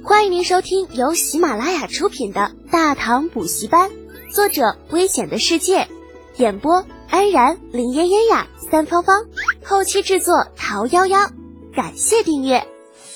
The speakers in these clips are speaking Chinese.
欢迎您收听由喜马拉雅出品的《大唐补习班》，作者危险的世界，演播安然、林嫣嫣呀、三芳芳，后期制作桃夭夭。感谢订阅。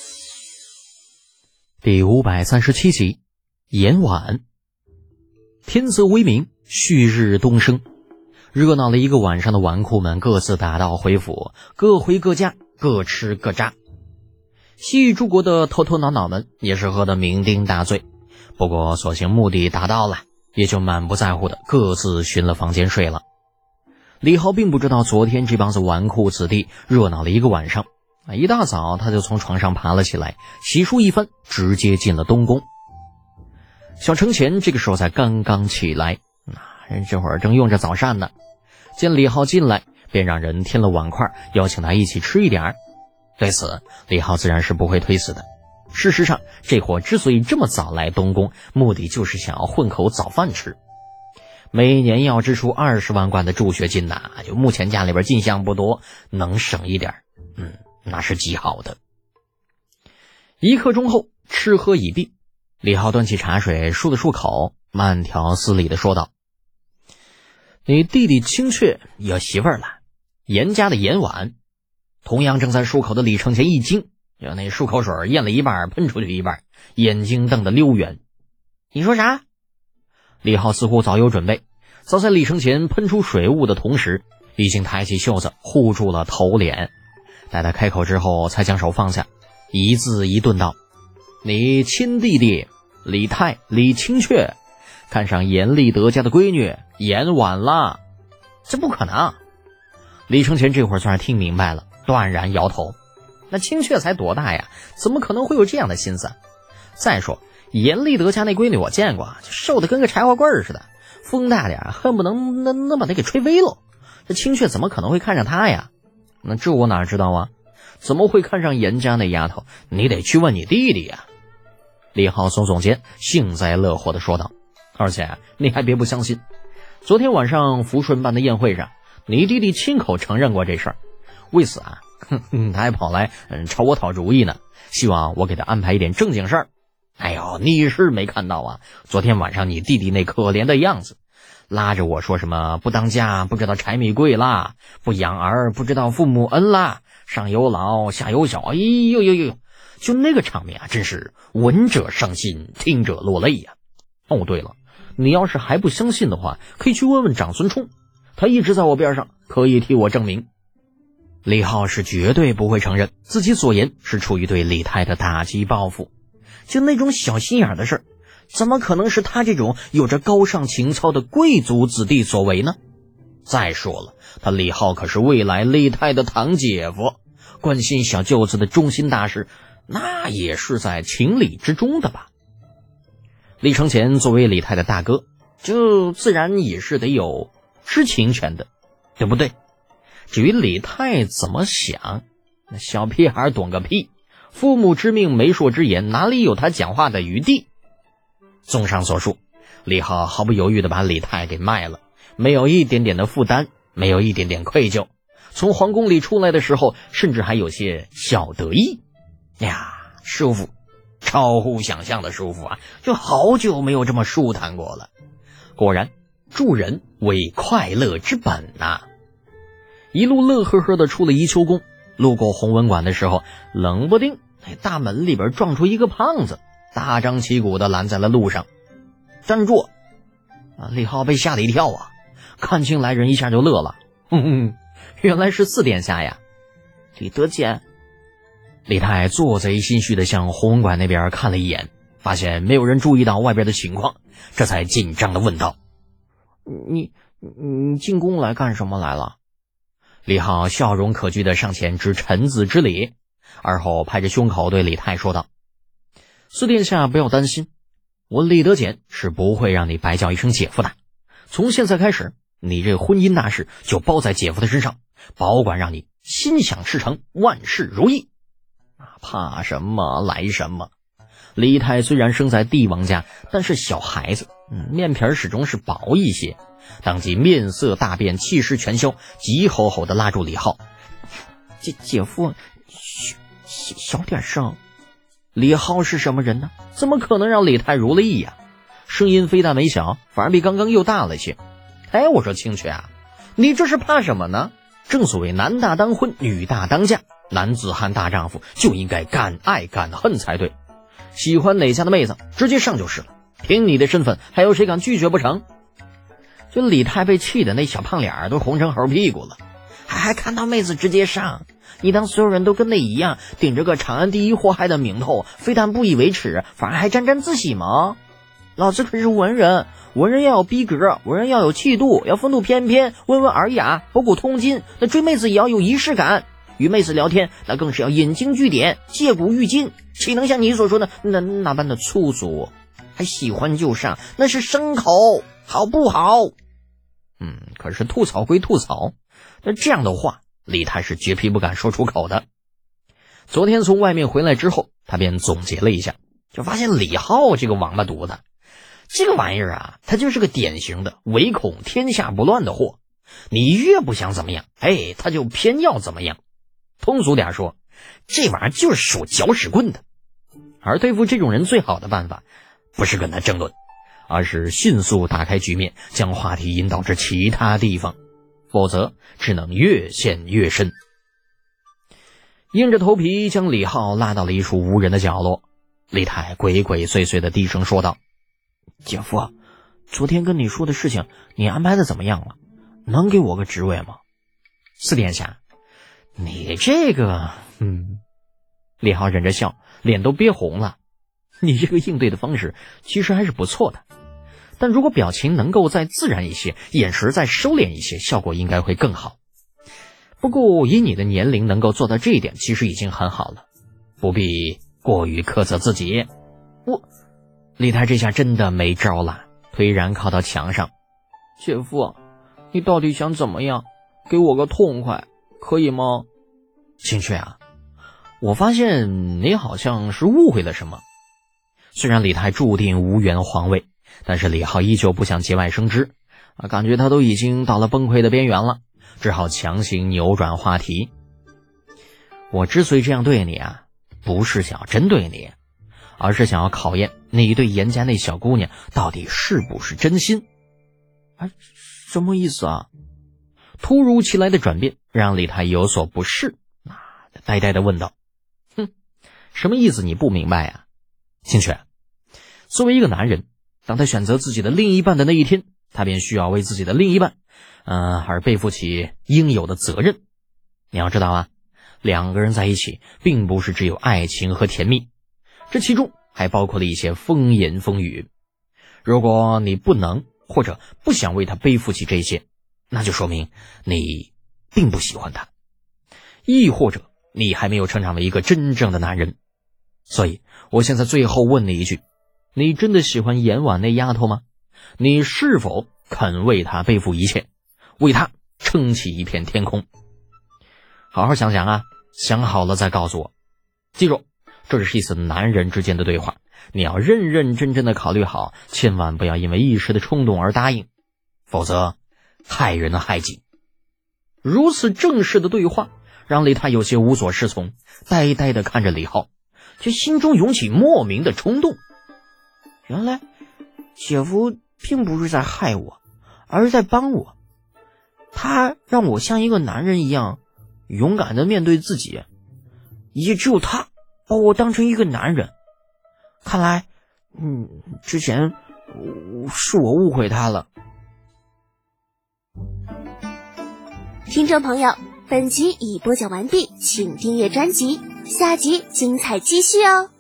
第537集，延晚。天色微明，旭日东升，热闹了一个晚上的纨绔们各自打道回府，各回各家，各吃各扎。西域诸国的头头脑脑们也是喝得酩酊大醉，不过所幸目的达到了，也就满不在乎的各自寻了房间睡了。李浩并不知道昨天这帮子纨绔子弟热闹了一个晚上，一大早他就从床上爬了起来，洗漱一番，直接进了东宫。小程前这个时候才刚刚起来，这会儿正用着早膳呢，见李浩进来，便让人添了碗筷，邀请他一起吃一点。对此，李浩自然是不会推辞的。事实上，这伙之所以这么早来东宫，目的就是想要混口早饭吃。每年要支出20万贯的助学金呐，就目前家里边进项不多，能省一点，那是极好的。1刻钟后，吃喝已毕，李浩端起茶水漱了漱口，慢条斯理地说道：“你弟弟青雀有媳妇儿了，严家的严婉。”同样正在漱口的李承前一惊，就那漱口水咽了一半，喷出去一半，眼睛瞪得溜圆。你说啥？李浩似乎早有准备，早在李承前喷出水雾的同时，已经抬起袖子护住了头脸。待他开口之后，才将手放下，一字一顿道：“你亲弟弟李泰、李青雀看上严立德家的闺女严婉了。”这不可能。李承前这会儿算是听明白了，断然摇头。那青雀才多大呀，怎么可能会有这样的心思？再说严立德家那闺女我见过，就瘦得跟个柴火棍似的，风大点恨不能把她给吹飞了。这青雀怎么可能会看上她呀？那这我哪知道啊？怎么会看上严家那丫头？你得去问你弟弟呀。李浩耸耸肩，幸灾乐祸地说道：“而且你还别不相信，昨天晚上福顺办的宴会上，你弟弟亲口承认过这事儿。为此啊，他还跑来朝我讨主意呢，希望我给他安排一点正经事儿。哎呦，你是没看到啊，昨天晚上你弟弟那可怜的样子，拉着我说什么不当家不知道柴米贵啦，不养儿不知道父母恩啦，上有老下有小，哎呦呦呦，就那个场面啊，真是闻者伤心，听者落泪呀。哦，对了，你要是还不相信的话，可以去问问长孙冲，他一直在我边上，可以替我证明。李浩是绝对不会承认自己所言是出于对李泰的打击报复，就那种小心眼的事儿，怎么可能是他这种有着高尚情操的贵族子弟所为呢？再说了，他李浩可是未来李泰的堂姐夫，关心小舅子的中心大事，那也是在情理之中的吧。李承前作为李泰的大哥，就自然也是得有知情权的，对不对？至于李泰怎么想，那小屁孩懂个屁，父母之命媒妁之言，哪里有他讲话的余地？综上所述，李浩毫不犹豫地把李泰给卖了，没有一点点的负担，没有一点点愧疚，从皇宫里出来的时候甚至还有些小得意呀，舒服，超乎想象的舒服啊，就好久没有这么舒坦过了。果然助人为快乐之本啊。一路乐呵呵的出了宜秋宫，路过弘文馆的时候，冷不丁大门里边撞出一个胖子，大张旗鼓的拦在了路上。站住！李浩被吓了一跳啊，看清来人一下就乐了，原来是四殿下呀。李德简。李泰做贼心虚的向弘文馆那边看了一眼，发现没有人注意到外边的情况，这才紧张的问道：你进宫来干什么来了？李浩笑容可掬的上前致臣子之礼，而后拍着胸口对李泰说道：四殿下不要担心，我李德简是不会让你白叫一声姐夫的，从现在开始，你这婚姻大事就包在姐夫的身上，保管让你心想事成，万事如意。怕什么来什么。李泰虽然生在帝王家，但是小孩子，面皮始终是薄一些，当即面色大变，气势全消，急吼吼地拉住李浩：姐夫，小点声。 李浩是什么人呢？怎么可能让李太如了意呀？声音非但没小，反而比刚刚又大了些。哎，我说青雀啊，你这是怕什么呢？正所谓男大当婚，女大当嫁，男子汉大丈夫就应该敢爱敢恨才对。喜欢哪家的妹子，直接上就是了。凭你的身份，还有谁敢拒绝不成？就李太被气的那小胖脸都红成猴屁股了，还看到妹子直接上。你当所有人都跟那一样，顶着个长安第一祸害的名头，非但不以为耻，反而还沾沾自喜吗？老子可是文人，文人要有逼格，文人要有气度，要风度翩翩，温文尔雅，博古通今。那追妹子也要有仪式感，与妹子聊天那更是要引经据典，借古喻今，岂能像你所说的那般的粗俗？还喜欢就上，那是牲口，好不好？可是吐槽归吐槽，那这样的话李太是绝皮不敢说出口的。昨天从外面回来之后，他便总结了一下，就发现李浩这个王八犊子，这个玩意儿啊，他就是个典型的唯恐天下不乱的货。你越不想怎么样，他就偏要怎么样。通俗点说，这玩意儿就是属搅屎棍的。而对付这种人最好的办法，不是跟他争论，而是迅速打开局面，将话题引导至其他地方，否则只能越陷越深。硬着头皮将李浩拉到了一处无人的角落，李太鬼鬼祟祟的低声说道：姐夫，昨天跟你说的事情你安排的怎么样了？能给我个职位吗？四殿下，你这个李浩忍着笑，脸都憋红了。你这个应对的方式其实还是不错的，但如果表情能够再自然一些，眼神再收敛一些，效果应该会更好。不过以你的年龄能够做到这一点其实已经很好了，不必过于苛责自己。李太这下真的没招了，颓然靠到墙上。姐夫，你到底想怎么样？给我个痛快可以吗？青雀啊，我发现你好像是误会了什么。虽然李太注定无缘皇位，但是李浩依旧不想节外生枝，感觉他都已经到了崩溃的边缘了，只好强行扭转话题。我之所以这样对你啊，不是想要针对你，而是想要考验你对严家那小姑娘到底是不是真心。什么意思啊？突如其来的转变让李太有所不适，呆呆地问道：什么意思你不明白啊？青雀，作为一个男人，当他选择自己的另一半的那一天，他便需要为自己的另一半而背负起应有的责任。你要知道啊，两个人在一起并不是只有爱情和甜蜜，这其中还包括了一些风言风语。如果你不能或者不想为他背负起这些，那就说明你并不喜欢他，亦或者你还没有成长为一个真正的男人。所以我现在最后问你一句，你真的喜欢严婉那丫头吗？你是否肯为她背负一切，为她撑起一片天空？好好想想啊，想好了再告诉我。记住，这是一次男人之间的对话，你要认认真真的考虑好，千万不要因为一时的冲动而答应，否则害人害己。如此正式的对话让李太有些无所适从，呆呆地看着李浩，却心中涌起莫名的冲动。原来姐夫并不是在害我，而是在帮我，他让我像一个男人一样勇敢地面对自己，也只有他把我当成一个男人。看来之前是我误会他了。 听众朋友，本集已播讲完毕，请订阅专辑，下集精彩继续哦。